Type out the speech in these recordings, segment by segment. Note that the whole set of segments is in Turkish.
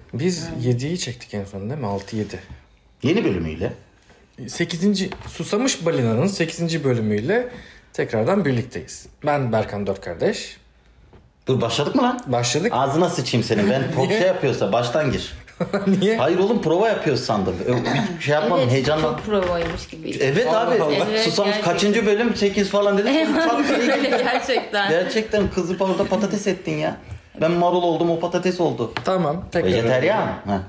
Biz 7'yi çektik en son değil mi? 6-7. Yeni bölümüyle. 8. Susamış Balina'nın 8. bölümüyle tekrardan birlikteyiz. Ben Berkan Dört Kardeş. Dur başladık mı lan? Başladık. Ağzına sıçayım senin. Ben şey yapıyorsa baştan gir. Niye? Hayır oğlum prova yapıyoruz sandım. Bir şey yapmadım Evet, heyecanla. çok provaymış gibi. Evet abi. Allah. Evet, Susamış gerçekten. kaçıncı bölüm? 8 falan dedim. Gerçekten. Gerçekten kızı orada patates ettin ya. Ben marul oldum, o patates oldu. Tamam. Tekrar. Vejeteryan mı?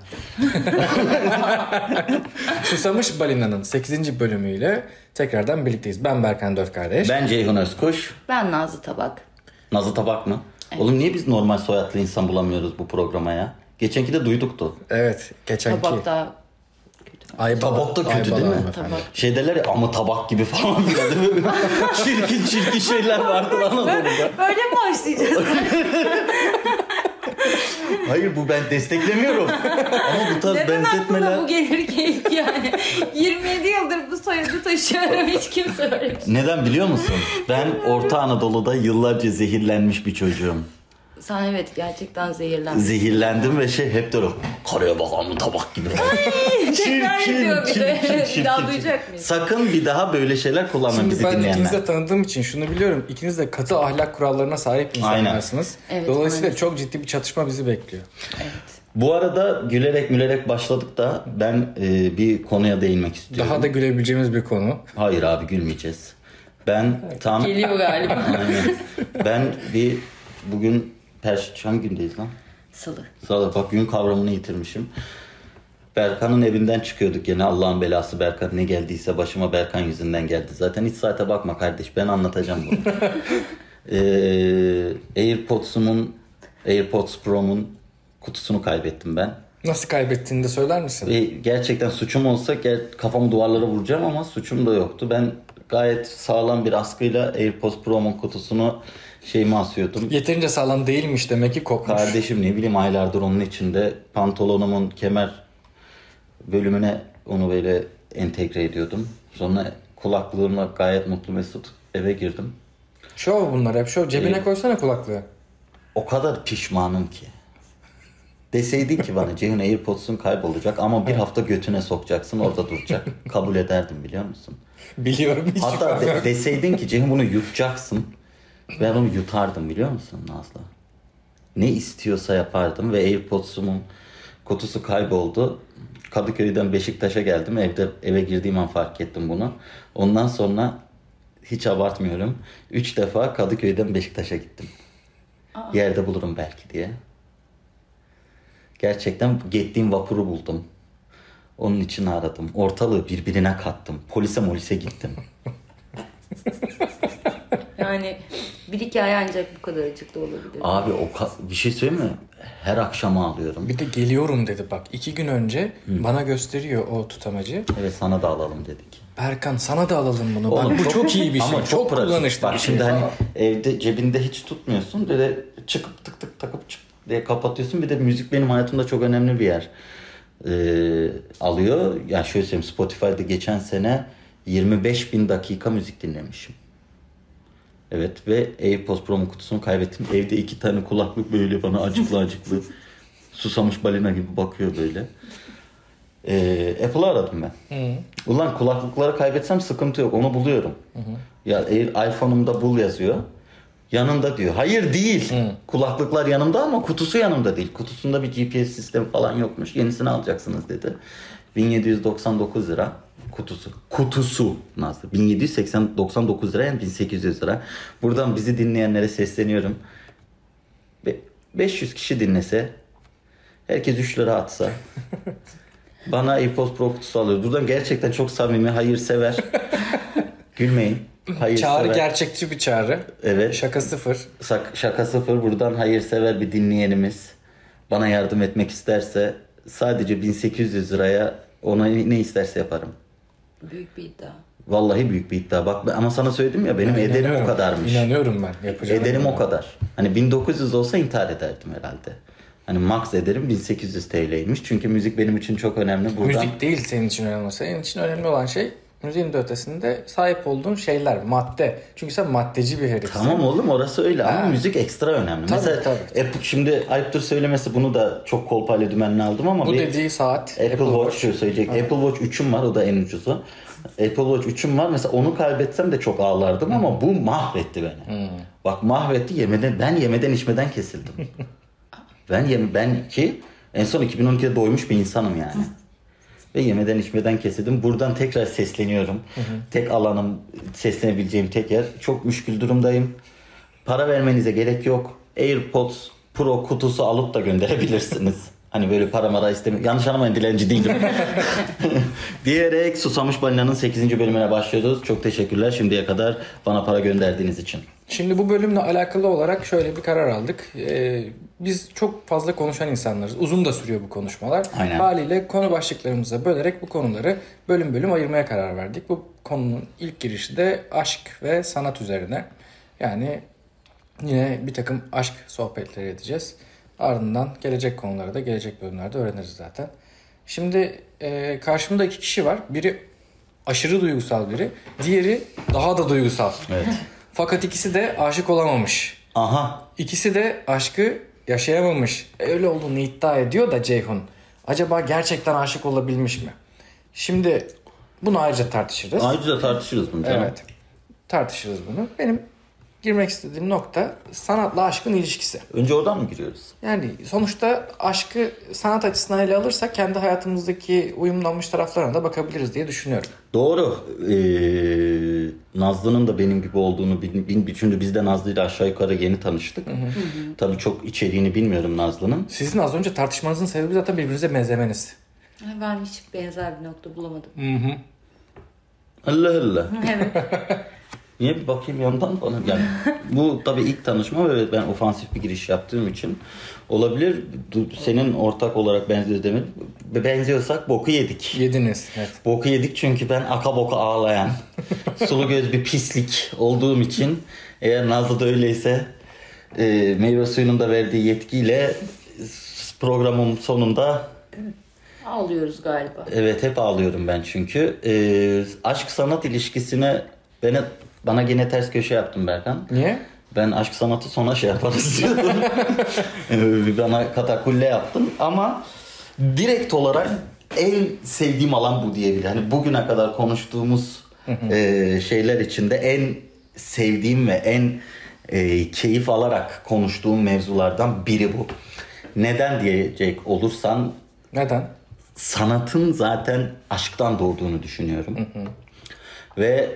Susamış Balina'nın 8. bölümüyle tekrardan birlikteyiz. Ben Berkan Dört Kardeş. Ben Ceyhun Özkuş. Ben Nazlı Tabak. Nazlı Tabak mı? Evet. Oğlum niye biz normal soyadlı insan bulamıyoruz bu programa ya? Geçenki de duyduktu. Evet. Geçenki. Tabak da kötü. Tabak da kötü değil mi? Tabak. Şey derler ya ama tabak gibi falan filan değil mi? çirkin şeyler vardı lan Anadolu'da. Böyle mi başlayacağız? Hayır bu ben desteklemiyorum. Ama bu tarz Neden aklıma benzetmeler... bu gelir ki ilk yani? 27 yıldır bu soyadı taşıyorum, hiç kimse öyle bir şey. Neden biliyor musun? Ben Orta Anadolu'da yıllarca zehirlenmiş bir çocuğum. Sen evet gerçekten zehirlenmişsin. Zehirlendim ve hep diyorum karaya bakalım tabak gibi falan. Tekrar ediyor bir de. Bir daha duyacak mıyız? Sakın bir daha böyle şeyler kullanmayın Şimdi bizi ben dinleyenler. ikinizi de tanıdığım için şunu biliyorum. İkiniz de katı ahlak kurallarına sahip insanlarsınız. Evet, Dolayısıyla aynen. çok ciddi bir çatışma bizi bekliyor. Evet. Bu arada gülerek başladık da ben bir konuya değinmek istiyorum. Daha da gülebileceğimiz bir konu. Hayır abi gülmeyeceğiz. Ben tam... Geliyor galiba. Aynen. Ben bugün Perşembe gündeyiz lan. Salı. Salı bak gün kavramını yitirmişim. Berkan'ın evinden çıkıyorduk yine. Allah'ın belası Berkan. Ne geldiyse başıma Berkan yüzünden geldi. Zaten hiç saate bakma kardeş. Ben anlatacağım bunu. AirPods Pro'mun kutusunu kaybettim ben. Nasıl kaybettiğini de söyler misin? Ve gerçekten suçum olsa kafamı duvarlara vuracağım ama suçum da yoktu. Ben gayet sağlam bir askıyla AirPods Pro'mun kutusunu asıyordum. Yeterince sağlam değilmiş demek ki kokmuş. Kardeşim ne bileyim aylardır onun içinde pantolonumun kemer bölümüne onu böyle entegre ediyordum. Sonra kulaklığımla gayet mutlu mesut eve girdim. Şov bunlar hep şov. Cebine koysana kulaklığı. O kadar pişmanım ki. Deseydin ki bana Ceyhun AirPods'un kaybolacak ama bir hafta götüne sokacaksın orada duracak. Kabul ederdim biliyor musun? Biliyorum. Hiç Hatta deseydin ki Ceyhun bunu yutacaksın. Ben onu yutardım biliyor musun Nazlı? Ne istiyorsa yapardım ve AirPods'umun kutusu kayboldu. Kadıköy'den Beşiktaş'a geldim. Eve girdiğim an fark ettim bunu. Ondan sonra hiç abartmıyorum. 3 defa Kadıköy'den Beşiktaş'a gittim. Yerde bulurum belki diye. Gerçekten gittiğim vapuru buldum. Onun için aradım. Ortalığı birbirine kattım. Polise gittim. Yani bir hikaye ancak bu kadar açıkta olabilir. Abi bir şey söyleyeyim mi? Her akşam ağlıyorum. Bir de geliyorum dedi bak. 2 gün önce bana gösteriyor o tutamacı. Evet sana da alalım dedik. Berkan sana da alalım bunu. Oğlum, Bak bu çok iyi bir şey. Ama çok pratik. kullanışlı Bak bir şey. şimdi hani evde cebinde hiç tutmuyorsun. Böyle çıkıp tık takıp çık diye kapatıyorsun. Bir de müzik benim hayatımda çok önemli bir yer alıyor. Yani şöyle söyleyeyim Spotify'da geçen sene 25.000 dakika müzik dinlemişim. Evet ve AirPods Pro'nun kutusunu kaybettim. Evde 2 tane kulaklık böyle bana acıklı susamış balina gibi bakıyor böyle. Apple'ı aradım ben. Ulan kulaklıkları kaybetsem sıkıntı yok. Onu buluyorum. Ya iPhone'umda bul yazıyor. Yanında diyor. Hayır değil. Kulaklıklar yanımda ama kutusu yanımda değil. Kutusunda bir GPS sistemi falan yokmuş. Yenisini alacaksınız dedi. 1799 lira. Kutusu Nazlı. 1799 lira yani 1800 lira. Buradan bizi dinleyenlere sesleniyorum. 500 kişi dinlese, herkes 3 lira atsa bana AirPods Pro kutusu alıyor. Buradan gerçekten çok samimi, hayırsever. Gülmeyin. Hayırsever. Çağrı gerçekçi bir çağrı. Evet. Şaka sıfır. Şaka sıfır. Buradan hayırsever bir dinleyenimiz bana yardım etmek isterse sadece 1800 liraya ona ne isterse yaparım. Büyük bir iddia. Vallahi büyük bir iddia. Bak ama sana söyledim ya benim ederim o kadarmış. İnanıyorum ben. Yapacağım. Ederim o kadar. Hani 1900 olsa intihar ederdim herhalde. Hani max ederim 1800 TL'ymiş. Çünkü müzik benim için çok önemli. Buradan... Müzik değil senin için önemli. Senin için önemli olan şey müziğin de ötesinde sahip olduğun şeyler, madde. Çünkü sen maddeci bir herifsin. Tamam oğlum, orası öyle ama müzik ekstra önemli. Tabii, Mesela tabii. şimdi ayıptır söylemesi, bunu da çok kolpayla dümenli aldım ama Bu dediği saat Apple Watch söyleyecek. Apple Watch 3'üm var, o da en ucuzu. Apple Watch 3'üm var. Mesela onu kaybetsem de çok ağlardım ama bu mahvetti beni. Bak mahvetti, ben yemeden içmeden kesildim. ben en son 2012'de doymuş bir insanım yani. Ve yemeden içmeden kesildim. Buradan tekrar sesleniyorum. Tek alanım, seslenebileceğim tek yer. Çok müşkül durumdayım. Para vermenize gerek yok. AirPods Pro kutusu alıp da gönderebilirsiniz. Hani böyle para mara istemiyorum. Yanlış anlamayın, dilenci değilim. Diyerek Susamış Balina'nın 8. bölümüne başlıyoruz. Çok teşekkürler şimdiye kadar bana para gönderdiğiniz için. Şimdi bu bölümle alakalı olarak şöyle bir karar aldık. Biz çok fazla konuşan insanlarız. Uzun da sürüyor bu konuşmalar. Aynen. Haliyle konu başlıklarımıza bölerek bu konuları bölüm bölüm ayırmaya karar verdik. Bu konunun ilk girişi de aşk ve sanat üzerine. Yani yine bir takım aşk sohbetleri edeceğiz. Ardından gelecek konuları da gelecek bölümlerde öğreniriz zaten. Şimdi karşımda 2 kişi var. Biri aşırı duygusal biri. Diğeri daha da duygusal. Evet. Fakat ikisi de aşık olamamış. Aha. İkisi de aşkı yaşayamamış. Öyle olduğunu iddia ediyor da Ceyhun. Acaba gerçekten aşık olabilmiş mi? Şimdi bunu ayrıca tartışırız. Ayrıca tartışırız bunu canım. Evet. Tartışırız bunu. Benim girmek istediğim nokta sanatla aşkın ilişkisi. Önce oradan mı giriyoruz? Yani sonuçta aşkı sanat açısından ele alırsak kendi hayatımızdaki uyumlanmış taraflarına da bakabiliriz diye düşünüyorum. Doğru. Nazlı'nın da benim gibi olduğunu çünkü biz de Nazlı'yla aşağı yukarı yeni tanıştık. Tabii çok içeriğini bilmiyorum Nazlı'nın. Sizin az önce tartışmanızın sebebi zaten birbirinize benzemeniz. Ben hiç benzer bir nokta bulamadım. Allah Allah. Evet. Niye, bir bakayım yandan bana. Yani bu tabii ilk tanışma ve ben ofansif bir giriş yaptığım için olabilir. Senin ortak olarak benziyor demin. Benziyorsak boku yedik. Yediniz. Evet. Boku yedik çünkü ben aka boka ağlayan, sulu göz bir pislik olduğum için, eğer Nazlı da öyleyse meyve suyunun da verdiği yetkiyle programın sonunda Ağlıyoruz galiba. evet hep ağlıyorum ben çünkü. Aşk sanat ilişkisine bana gene ters köşe yaptın Berkan. Niye? Ben aşk sanatı sonra şey yaparız diyordum. Bana katakulle yaptın ama direkt olarak en sevdiğim alan bu diyebilirim. Hani bugüne kadar konuştuğumuz şeyler içinde en sevdiğim ve en keyif alarak konuştuğum mevzulardan biri bu. Neden diyecek olursan, Neden? sanatın zaten aşktan doğduğunu düşünüyorum. Ve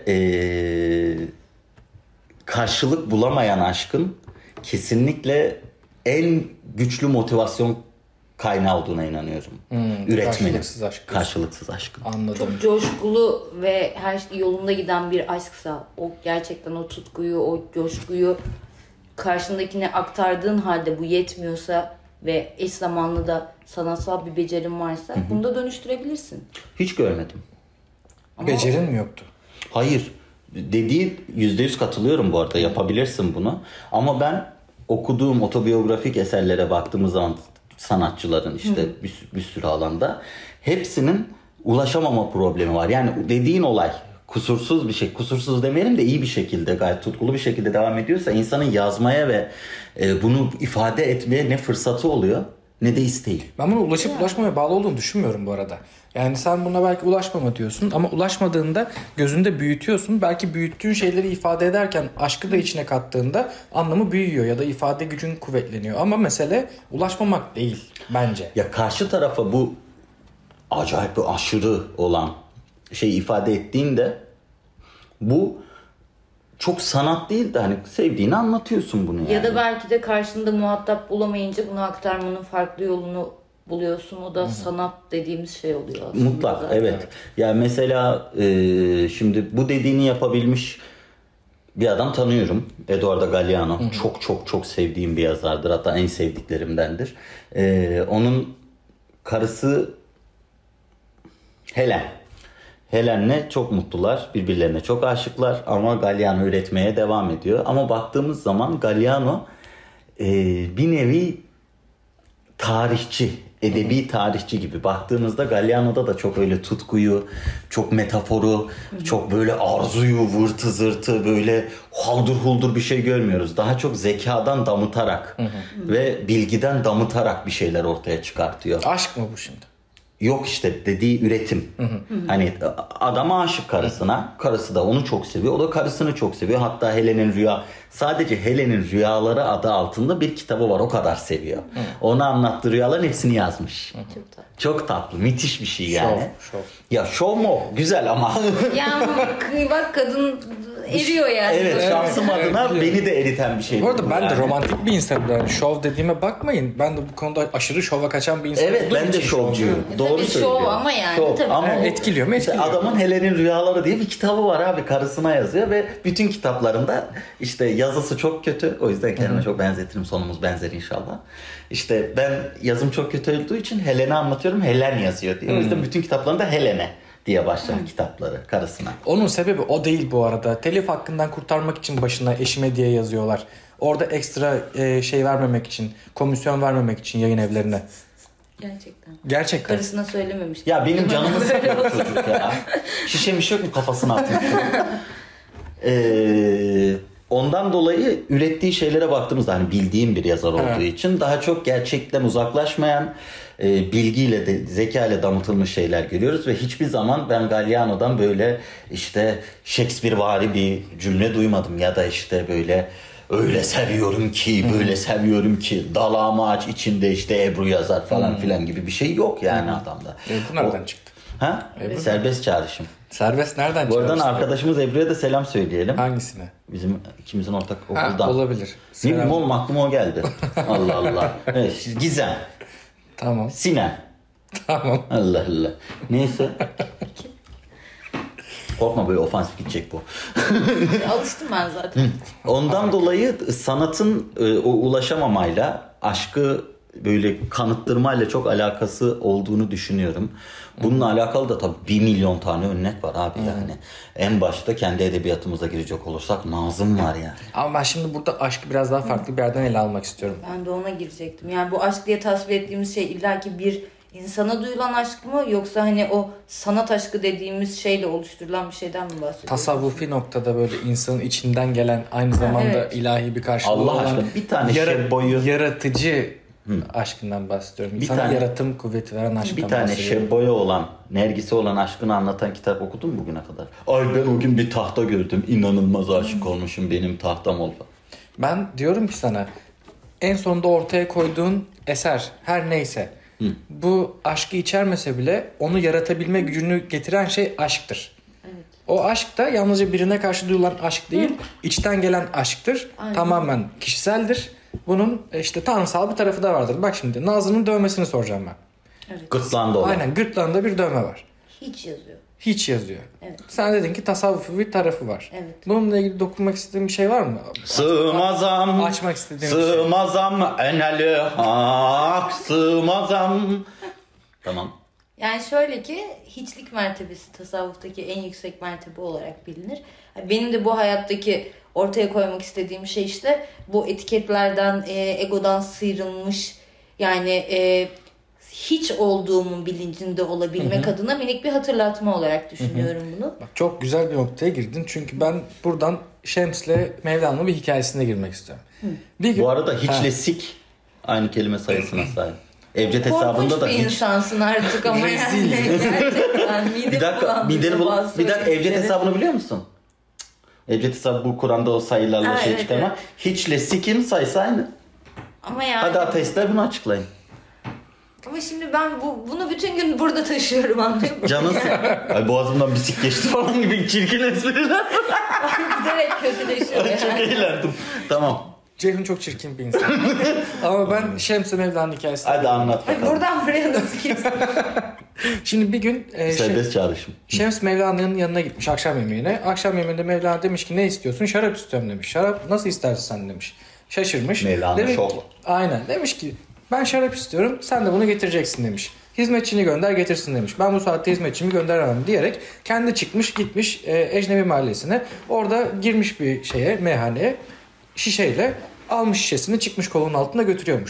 karşılık bulamayan aşkın kesinlikle en güçlü motivasyon kaynağı olduğuna inanıyorum. Üretmenin. Karşılıksız aşk. Karşılıksız aşkın. Anladım. Çok coşkulu ve her şey yolunda giden bir aşksa, o gerçekten o tutkuyu, o coşkuyu karşındakine aktardığın halde bu yetmiyorsa ve eş zamanlı da sanatsal bir becerin varsa bunu da dönüştürebilirsin. Hiç görmedim. Ama Becerin mi yoktu? Hayır. Dediği %100 katılıyorum bu arada. Yapabilirsin bunu. Ama ben okuduğum otobiyografik eserlere baktığımız zaman sanatçıların işte bir sürü alanda hepsinin ulaşamama problemi var. Yani dediğin olay kusursuz bir şey, kusursuz demeyelim de iyi bir şekilde, gayet tutkulu bir şekilde devam ediyorsa insanın yazmaya ve bunu ifade etmeye ne fırsatı oluyor ne de isteği. Ben bunu ulaşıp ulaşmamaya bağlı olduğunu düşünmüyorum bu arada. Yani sen buna belki ulaşmama diyorsun ama ulaşmadığında gözünde büyütüyorsun. Belki büyüttüğün şeyleri ifade ederken aşkı da içine kattığında anlamı büyüyor ya da ifade gücün kuvvetleniyor. Ama mesele ulaşmamak değil bence. Ya karşı tarafa bu acayip bir aşırı olan şeyi ifade ettiğinde bu çok sanat değil de hani sevdiğini anlatıyorsun bunu yani. ya da belki de karşında muhatap bulamayınca bunu aktarmanın farklı yolunu buluyorsun. O da sanat dediğimiz şey oluyor aslında. Mutlak zaten. evet. Ya mesela şimdi bu dediğini yapabilmiş bir adam tanıyorum. Edoardo Galeano. Çok çok çok sevdiğim bir yazardır. Hatta en sevdiklerimdendir. Onun karısı Helen. Helen'le çok mutlular. Birbirlerine çok aşıklar. Ama Galeano üretmeye devam ediyor. Ama baktığımız zaman Galeano bir nevi tarihçi. edebi tarihçi gibi. Baktığımızda Galliano'da da çok öyle tutkuyu, çok metaforu, çok böyle arzuyu, vırtı zırtı, böyle haldır huldur bir şey görmüyoruz. Daha çok zekadan damıtarak ve bilgiden damıtarak bir şeyler ortaya çıkartıyor. Aşk mı bu şimdi? Yok işte dediği üretim. Hani adama aşık karısına. Karısı da onu çok seviyor. O da karısını çok seviyor. Hatta sadece Helen'in Rüyaları adı altında bir kitabı var. O kadar seviyor. Onu anlattığı rüyaların hepsini yazmış. Çok tatlı. Çok tatlı. Müthiş bir şey yani. Şov. Ya şov mu? Güzel ama. Ya bak kadın eriyor yani. Evet, şahsım adına Evet. beni de eriten bir şey. Bu arada ben de yani. romantik bir insanım. Yani şov dediğime bakmayın. Ben de bu konuda aşırı şova kaçan bir insan Evet, olduğum ben de için şovcuyum. Tabii Doğru şov söylüyor. ama yani, Şov. tabii. Ama Evet, etkiliyor mu? işte Etkiliyor. adamın Helen'in Rüyaları diye bir kitabı var abi. Karısına yazıyor ve bütün kitaplarında işte yazısı çok kötü. O yüzden kendime çok benzetirim. Sonumuz benzer inşallah. İşte ben yazım çok kötü olduğu için Helen'i anlatıyorum. Helen yazıyor diye. O yüzden bütün kitaplarında Helen'e diye başlar kitapları karısına. Onun sebebi o değil bu arada. Telif hakkından kurtarmak için başına eşime diye yazıyorlar. Orada ekstra şey vermemek için, komisyon vermemek için yayın evlerine. Gerçekten. Gerçekten. Karısına söylememiş. Ya benim canımı sıkıyor çocuk ya. Şişemiş yok mu kafasına atıyor. Ondan dolayı ürettiği şeylere baktığımızda hani bildiğim bir yazar olduğu için daha çok gerçekten uzaklaşmayan bilgiyle de zeka ile damıtılmış şeyler görüyoruz ve hiçbir zaman ben Galliano'dan böyle işte Shakespearevari bir cümle duymadım ya da işte böyle öyle seviyorum ki böyle seviyorum ki dalağımı aç içinde işte Ebru yazar falan filan gibi bir şey yok yani adamda. Bu nereden çıktı? Ha? Ebru. Serbest çağrışım. Serbest nereden Bu çıktı? arada arkadaşımız Ebru'ya da selam söyleyelim. Hangisine? Bizim ikimizin ortak Ha, okuldan. olabilir. Ne bileyim Selam. oğlum aklıma o geldi. Allah Allah. Evet, Gizem, Tamam. Sinem. Tamam. Allah Allah. Neyse. Korkma böyle ofansif gidecek bu. Alıştım ben zaten. Ondan dolayı sanatın o ulaşamamayla aşkı böyle kanıttırmayla çok alakası olduğunu düşünüyorum. Bununla alakalı da tabii 1 milyon tane örnek var abi yani. En başta kendi edebiyatımıza girecek olursak Nazım var yani. Ama ben şimdi burada aşkı biraz daha farklı bir yerden ele almak istiyorum. Ben de ona girecektim. Yani bu aşk diye tasvir ettiğimiz şey illaki bir insana duyulan aşk mı yoksa hani o sanat aşkı dediğimiz şeyle oluşturulan bir şeyden mi bahsediyoruz? Tasavvufi noktada böyle insanın içinden gelen aynı zamanda evet. ilahi bir karşılığı Allah olan aşkına bir tane Şebbo'yu yaratıcı aşkından bahsediyorum. Bir Sana tane- yaratım kuvveti veren aşktan bir tane bahsediyorum. Şebbo'ya olan, Nergis'e olan aşkını anlatan kitap okudun mu bugüne kadar? Ay ben o gün bir tahta gördüm. İnanılmaz aşık olmuşum. Benim tahtam oldu. Ben diyorum ki sana en sonunda ortaya koyduğun eser her neyse bu aşkı içermese bile onu yaratabilme gücünü getiren şey aşktır. Evet. O aşk da yalnızca birine karşı duyulan aşk değil, içten gelen aşktır. Aynen. Tamamen kişiseldir. Bunun işte tanrısal bir tarafı da vardır. Bak şimdi Nazlı'nın dövmesini soracağım ben. Evet. Gırtlağında olan. Aynen gırtlağında bir dövme var. Hiç yazıyor. Hiç yazıyor. Evet. Sen dedin ki tasavvufi bir tarafı var. Evet. Bununla ilgili dokunmak istediğin bir şey var mı? Sığmazam, Açmak istediğim bir şey. sığmazam eneli hak, sığmazam. Tamam. Yani şöyle ki hiçlik mertebesi tasavvuftaki en yüksek mertebe olarak bilinir. Benim de bu hayattaki ortaya koymak istediğim şey işte bu etiketlerden, egodan sıyrılmış yani hiç olduğumun bilincinde olabilmek adına minik bir hatırlatma olarak düşünüyorum bunu. Bak, çok güzel bir noktaya girdin. Çünkü ben buradan Şems'le Mevlana'nın bir hikayesine girmek istiyorum. Bir gün... Bu arada hiçle Ha. sik aynı kelime sayısına sahip. Evcet Korkunç hesabında da bir hiç. insansın artık ama yani Rezil. gerçekten Bir dakika, bir dakika Evcet hesabını biliyor musun? Evcet hesabı bu Kur'an'da o sayılarla Ha, şey evet, çıkarma. evet. Hiçle sikin sayısı aynı. Ama yani Hadi ateistler bunu açıklayın. ama şimdi ben bunu bütün gün burada taşıyorum anlıyor musun? Canısı. Ay boğazımdan bir sik geçti falan gibi çirkin espriler. Giderek kötüleşiyor Çok yani. eğlendim. Tamam. Ceyhun çok çirkin bir insan. Ama ben Şems'le Mevlana'nın hikayesine... Hadi anlat Ay, bakalım. buradan buraya nasıl geçsin? Şimdi bir gün Serbest çağrışım. Şems Mevlana'nın yanına gitmiş akşam yemeğine. Akşam yemeğinde Mevlana demiş ki ne istiyorsun? Şarap istiyorum demiş. Şarap nasıl istersin sen demiş. Şaşırmış. Mevlana Demiş- şok. Aynen. Demiş ki ben şarap istiyorum sen de bunu getireceksin demiş. Hizmetçini gönder getirsin demiş. Ben bu saatte hizmetçimi gönderemem diyerek kendi çıkmış gitmiş Ecnebi Mahallesi'ne. Orada girmiş bir şeye meyhaneye şişeyle almış şişesini çıkmış kolunun altında götürüyormuş.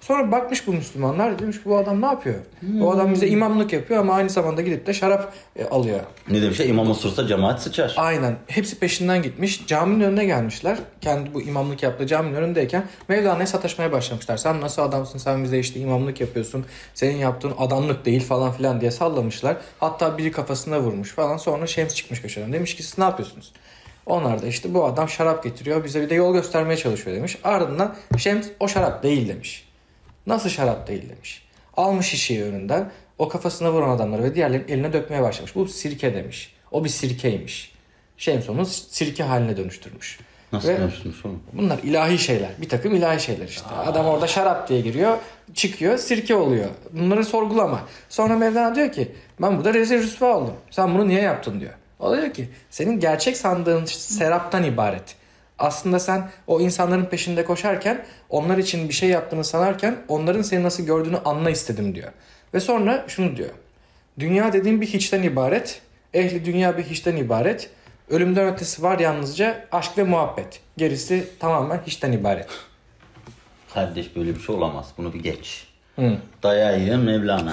Sonra bakmış bu Müslümanlar, demiş bu adam ne yapıyor? Bu adam bize imamlık yapıyor ama aynı zamanda gidip de şarap alıyor. Ne demiş? İmam osursa cemaat sıçar. Aynen. Hepsi peşinden gitmiş. Caminin önüne gelmişler. Kendi bu imamlık yaptığı caminin önündeyken Mevlana'ya sataşmaya başlamışlar. Sen nasıl adamsın? Sen bize işte imamlık yapıyorsun. Senin yaptığın adamlık değil falan filan diye sallamışlar. Hatta biri kafasına vurmuş falan. Sonra Şems çıkmış köşeden. Demiş ki siz ne yapıyorsunuz? Onlar da işte bu adam şarap getiriyor. Bize bir de yol göstermeye çalışıyor demiş. Ardından Şems o şarap değil demiş. Nasıl şarap değil demiş. Almış şişeyi önünden. O kafasına vuran adamları ve diğerlerinin eline dökmeye başlamış. Bu sirke demiş. O bir sirkeymiş. Şems onu sirke haline dönüştürmüş. Nasıl dönüştürmüş oğlum? Bunlar ilahi şeyler. Bir takım ilahi şeyler işte. Adam orada şarap diye giriyor. Çıkıyor sirke oluyor. Bunları sorgulama. Sonra Mevlana diyor ki ben burada rezil rüsva oldum. Sen bunu niye yaptın diyor. O diyor ki senin gerçek sandığın seraptan ibaret. Aslında sen o insanların peşinde koşarken onlar için bir şey yaptığını sanarken onların seni nasıl gördüğünü anla istedim diyor. Ve sonra şunu diyor. Dünya dediğim bir hiçten ibaret. Ehli dünya bir hiçten ibaret. Ölümden ötesi var yalnızca aşk ve muhabbet. Gerisi tamamen hiçten ibaret. Kardeş böyle bir şey olamaz. Bunu bir geç. Dayağı yiyen Mevlana.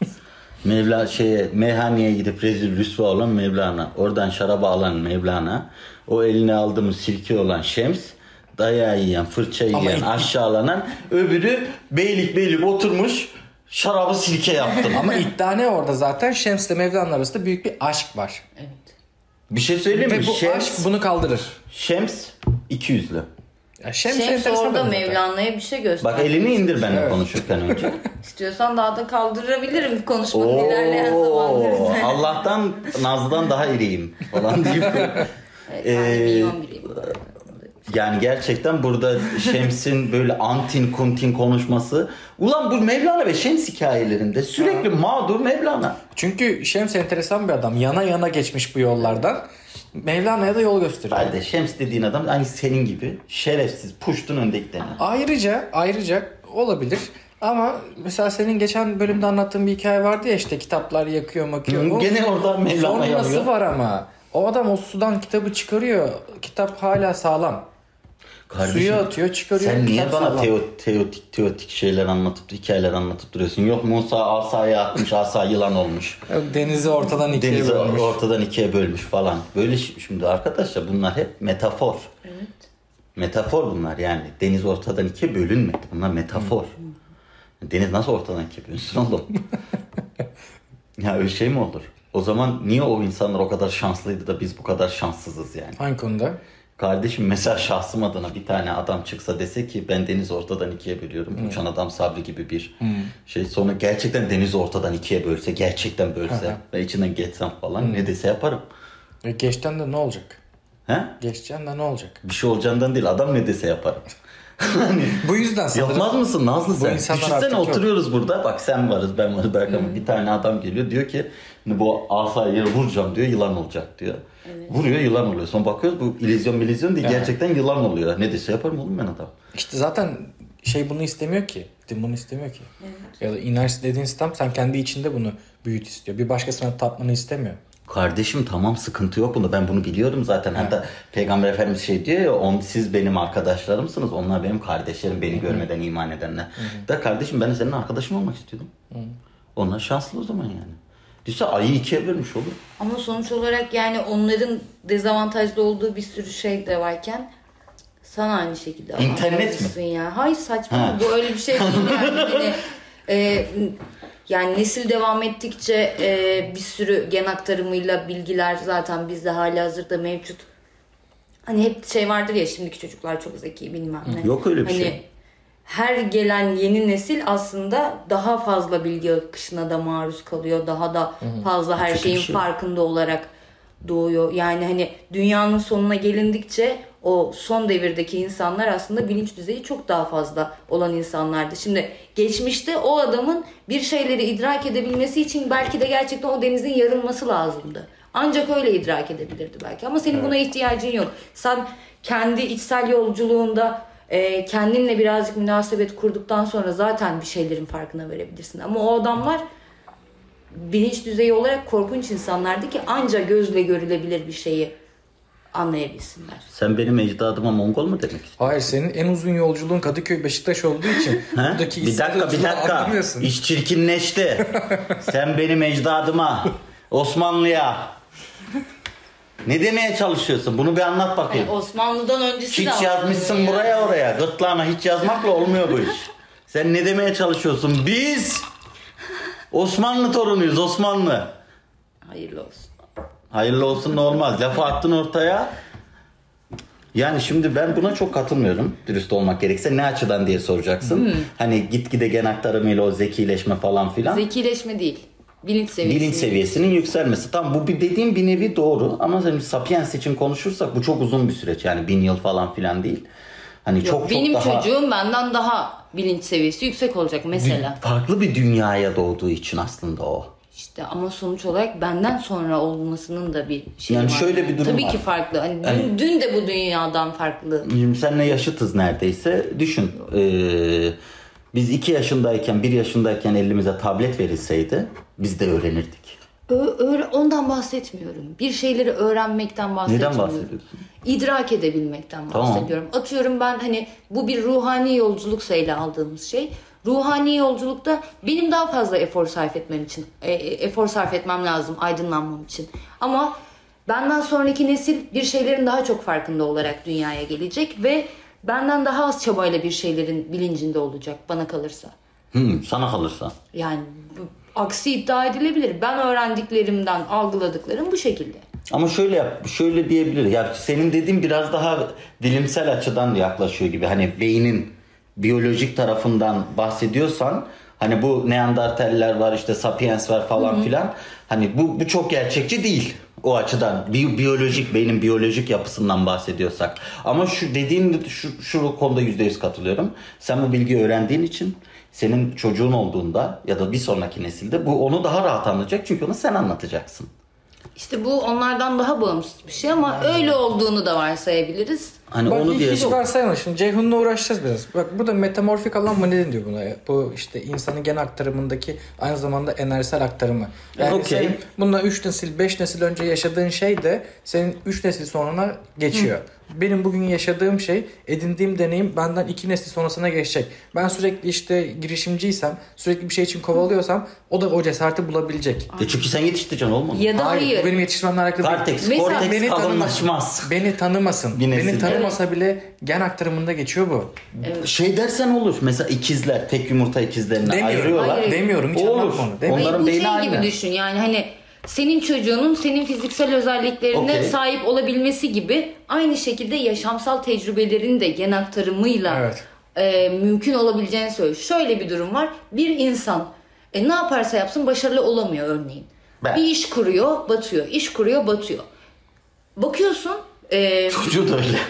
Meyhaneye gidip rezil rüsva olan Mevlana. Oradan şaraba alan Mevlana. O eline aldı mı sirke olan Şems. Dayağı yiyen, fırça yiyen, aşağılanan. Öbürü beylik oturmuş şarabı sirke yaptı. Ama iddia ne orada zaten? Şems ile Mevlana arasında büyük bir aşk var. Evet. Bir şey söyleyeyim mi? Ve bu aşk bunu kaldırır. Şems 200'lü. Ya Şems orada Mevlana'ya bir şey gösterdi. Bak elini indir benimle konuşurken önce. İstiyorsan daha da kaldırabilirim konuşmanın ilerleyen zamanlarında. Allah'tan Nazlı'dan daha iriyim falan deyip. Evet, milyon biriyim. Yani gerçekten burada Şems'in böyle antin kuntin konuşması. Ulan bu Mevlana ve Şems hikayelerinde sürekli mağdur Mevlana. Çünkü Şems enteresan bir adam. Yana yana geçmiş bu yollardan. Mevlana'ya da yol gösteriyor. Halde Şems dediğin adam aynı senin gibi şerefsiz puştun önde gideni. Ayrıca olabilir. Ama mesela senin geçen bölümde anlattığın bir hikaye vardı ya işte kitaplar yakıyor makıyor. Gene orada Mevlana yanıyor. Sonrası var ama. O adam o sudan kitabı çıkarıyor. Kitap hala sağlam. Kardeşim, suya atıyor çıkarıyor. Sen niye bana sağlam. teotik şeyler anlatıp hikayeler anlatıp duruyorsun? Yok Musa asaya atmış, asa yılan olmuş. Denizi ortadan ikiye Denizi bölmüş. ortadan ikiye bölmüş falan. Böyle şimdi arkadaşlar bunlar hep metafor. Evet. Metafor bunlar yani. Deniz ortadan ikiye bölünmedi. Bunlar metafor. Deniz nasıl ortadan ikiye bölünsün oğlum? Ya öyle şey mi olur? O zaman niye o insanlar o kadar şanslıydı da biz bu kadar şanssızız yani? Hangi konuda? Kardeşim mesela şahsım adına bir tane adam çıksa dese ki ben denizi ortadan ikiye bölüyorum. Uçan adam Sabri gibi bir şey. Sonra gerçekten denizi ortadan ikiye bölse, gerçekten bölse ve içinden geçsem falan ne dese yaparım. Geçten de ne olacak? He? Geçten de ne olacak? Bir şey olacağından değil adam ne dese yaparım. Hani Bu yüzden sanırım. yapmaz mısın Nazlı sen? insanlar Düşünsene artık yok. oturuyoruz burada. Bak sen varız ben varız Berkan. Bir tane adam geliyor diyor ki bu asayı vuracağım diyor yılan olacak diyor. Evet. Vuruyor yılan oluyor. Sonra bakıyoruz bu illüzyon değil gerçekten yılan oluyor. Ne dese yaparım oğlum ben adam. İşte zaten bunu istemiyor ki. Din bunu istemiyor ki. Evet. Ya da inanç dediğin sistem sen kendi içinde bunu büyüt istiyor. Bir başkasına tatmanı istemiyor. Kardeşim tamam sıkıntı yok bunda ben bunu biliyorum zaten. Hatta Peygamber Efendimiz şey diyor ya siz benim arkadaşlarımsınız onlar benim kardeşlerim beni görmeden iman edenler. Da kardeşim ben de senin arkadaşın olmak istiyordum. Onlar şanslı o zaman yani. Düşünsene ayı ikiye bölmüş olur. Ama sonuç olarak yani onların dezavantajlı olduğu bir sürü şey de varken sana aynı şekilde İnternet mi? Ya. Hayır saçma bu öyle bir şey değil yani. Yani nesil devam ettikçe bir sürü gen aktarımıyla bilgiler zaten bizde halihazırda mevcut. Hani hep şey vardır ya şimdiki çocuklar çok zeki bilmem ne. Yok öyle bir hani, şey. Her gelen yeni nesil aslında daha fazla bilgi akışına da maruz kalıyor. Daha da fazla her şeyin farkında olarak doğuyor. Yani hani dünyanın sonuna gelindikçe o son devirdeki insanlar aslında bilinç düzeyi çok daha fazla olan insanlardı. Şimdi geçmişte o adamın bir şeyleri idrak edebilmesi için belki de gerçekten o denizin yarılması lazımdı. Ancak öyle idrak edebilirdi belki. Ama senin buna ihtiyacın yok. Sen kendi içsel yolculuğunda kendinle birazcık münasebet kurduktan sonra zaten bir şeylerin farkına verebilirsin. Ama o adamlar bilinç düzeyi olarak korkunç insanlardı ki ancak gözle görülebilir bir şeyi anlayabilsinler. Sen benim ecdadıma Mongol mu demek istiyorsun? Hayır, senin en uzun yolculuğun Kadıköy Beşiktaş olduğu için buradaki Bir dakika. anlamıyorsun. İş çirkinleşti. Sen benim ecdadıma, Osmanlı'ya ne demeye çalışıyorsun? Bunu bir anlat bakayım. Yani Osmanlı'dan öncesi de Hiç yazmışsın ya. buraya oraya. Gırtlağına hiç yazmakla olmuyor bu iş. Sen ne demeye çalışıyorsun? Biz Osmanlı torunuyuz, Osmanlı. Hayırlı olsun. Hayırlı olsun ne olmaz. Lafı attın ortaya. Yani şimdi ben buna çok katılmıyorum. Dürüst olmak gerekirse. Ne açıdan diye soracaksın. Hani gitgide gen aktarımıyla o zekileşme falan filan. Zekileşme değil. Bilinç seviyesi. Bilinç seviyesinin yükselmesi. Tamam, bu dediğim bir nevi doğru. Ama hani Sapiens için konuşursak bu çok uzun bir süreç. Yani 1000 yıl falan filan değil. Hani Yok, çok benim daha... çocuğum benden daha bilinç seviyesi yüksek olacak mesela. Farklı bir dünyaya doğduğu için aslında o. İşte ama sonuç olarak benden sonra olmasının da bir şeyi Yani var. şöyle bir durum Tabii var. ki farklı. Hani Yani- dün de bu dünyadan farklı. Şimdi seninle yaşıtız neredeyse. Düşün. Biz 2 yaşındayken, 1 yaşındayken elimize tablet verilseydi biz de öğrenirdik. Ondan bahsetmiyorum. Bir şeyleri öğrenmekten bahsetmiyorum. Neden bahsediyorsun? İdrak edebilmekten Tamam. bahsediyorum. Atıyorum ben hani bu bir ruhani yolculuksa ele aldığımız şey. Ruhani yolculukta benim daha fazla efor sarf etmem için, efor sarf etmem lazım aydınlanmam için. Ama benden sonraki nesil bir şeylerin daha çok farkında olarak dünyaya gelecek ve benden daha az çabayla bir şeylerin bilincinde olacak bana kalırsa. Sana kalırsa. Yani aksi iddia edilebilir. Ben öğrendiklerimden algıladıklarım bu şekilde. Ama şöyle yap, şöyle diyebilir. Ya senin dediğin biraz daha dilimsel açıdan yaklaşıyor gibi. Hani beynin biyolojik tarafından bahsediyorsan, hani bu Neandertaller var, işte Sapiens var falan filan. Hani bu çok gerçekçi değil o açıdan. Biyolojik, beynin biyolojik yapısından bahsediyorsak. Ama şu dediğin şu konuda %100 katılıyorum. Sen bu bilgiyi öğrendiğin için senin çocuğun olduğunda ya da bir sonraki nesilde bu onu daha rahat anlayacak, çünkü onu sen anlatacaksın. İşte bu onlardan daha bağımsız bir şey ama öyle olduğunu da varsayabiliriz. Hani Bak, onu hiç diye varsayalım. Şimdi Ceyhun'la uğraşacağız biraz. Bak, burada metamorfik alan mı ne diyor buna? Bu işte insanın gen aktarımındaki aynı zamanda enerjisel aktarımı. Yani Okey. senin bununla 3 nesil 5 nesil önce yaşadığın şey de senin 3 nesil sonuna geçiyor. Benim bugün yaşadığım şey, edindiğim deneyim benden 2 nesil sonrasına geçecek. Ben sürekli işte girişimciysem, sürekli bir şey için kovalıyorsam o da o cesareti bulabilecek. çünkü sen yetiştireceksin, olmadı mı? Ya da hayır. Bu benim yetişmemle alakalı değil. Korteks, Mesela korteks beni kalınlaşmaz. Beni tanımasın. Bir nesil. Beni tanımasa bile gen aktarımında geçiyor bu. Şey dersen olur. Mesela ikizler, tek yumurta ikizlerini Demiyorum. ayırıyorlar. Hayır. Demiyorum, hiç Olur. anlatma onu. Demiyorum. Onların bu beyni şey aynı. gibi düşün yani hani senin çocuğunun senin fiziksel özelliklerine Okey. sahip olabilmesi gibi aynı şekilde yaşamsal tecrübelerin de gen aktarımıyla Evet. mümkün olabileceğini söylüyor. Şöyle bir durum var. Bir insan ne yaparsa yapsın başarılı olamıyor örneğin. Ben. Bir iş kuruyor, batıyor. İş kuruyor, batıyor. Bakıyorsun Çocuğu da öyle.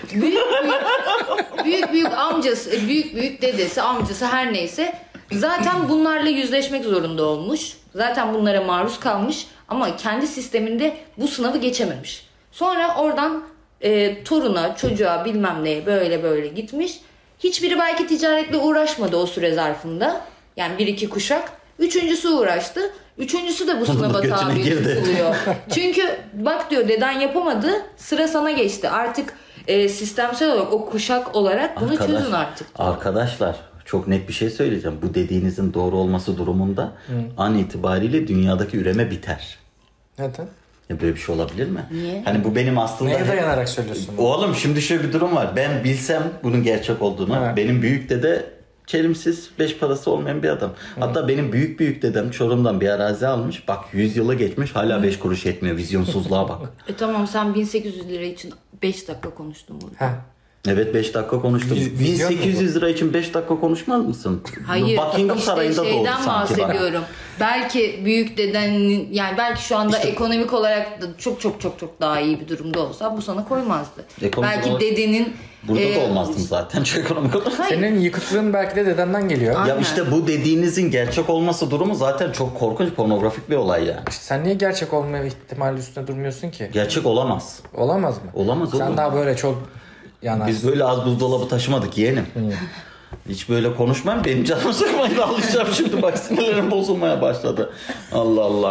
büyük amcası, büyük dedesi, amcası her neyse zaten bunlarla yüzleşmek zorunda olmuş. Zaten bunlara maruz kalmış ama kendi sisteminde bu sınavı geçememiş. Sonra oradan toruna, çocuğa bilmem neye böyle gitmiş. Hiçbiri belki ticaretle uğraşmadı o süre zarfında. Yani 1-2 kuşak. Üçüncüsü uğraştı. Üçüncüsü de bu sınava Götüne tabi girdi. tutuluyor. Çünkü bak diyor deden yapamadı, sıra sana geçti. Artık sistemsel olarak o kuşak olarak bunu çözün artık. Arkadaşlar çok net bir şey söyleyeceğim. Bu dediğinizin doğru olması durumunda an itibariyle dünyadaki üreme biter. Neden? Ya böyle bir şey olabilir mi? Niye? Hani bu benim aslında... Neye dayanarak söylüyorsun bunu? Oğlum şimdi şöyle bir durum var. Ben bilsem bunun gerçek olduğunu. Evet. Benim büyük dede çelimsiz, 5 parası olmayan bir adam. Hatta benim büyük dedem Çorum'dan bir arazi almış. Bak 100 yılı geçmiş, hala 5 kuruş etmiyor. Vizyonsuzluğa bak. Tamam sen 1800 lira için 5 dakika konuştun burada. Heh. Evet 5 dakika konuştum. Vizyon mu 1800 lira için 5 dakika konuşmaz mısın? Hayır Buckingham işte Sarayı'nda doğdu şeyden sanki bana. bahsediyorum. Belki büyük dedenin yani belki şu anda ekonomik olarak da çok daha iyi bir durumda olsa bu sana koymazdı. Ekonomik Belki olarak- dedenin Burada da olmazdım zaten çok ekonomik olarak. Hayır. Senin yıkıklığın belki de dedenden geliyor. Aynen. Ya işte bu dediğinizin gerçek olması durumu zaten çok korkunç, pornografik bir olay yani. İşte sen niye gerçek olma ihtimali üstüne durmuyorsun ki? Gerçek olamaz. Olamaz mı? Olamaz Sen oğlum. daha böyle çok yanarsın. Biz böyle az buzdolabı taşımadık yeğenim. Hiç böyle konuşmam. Benim canımı sıkmayın, alışacağım şimdi. Bak sinirlerim bozulmaya başladı. Allah Allah.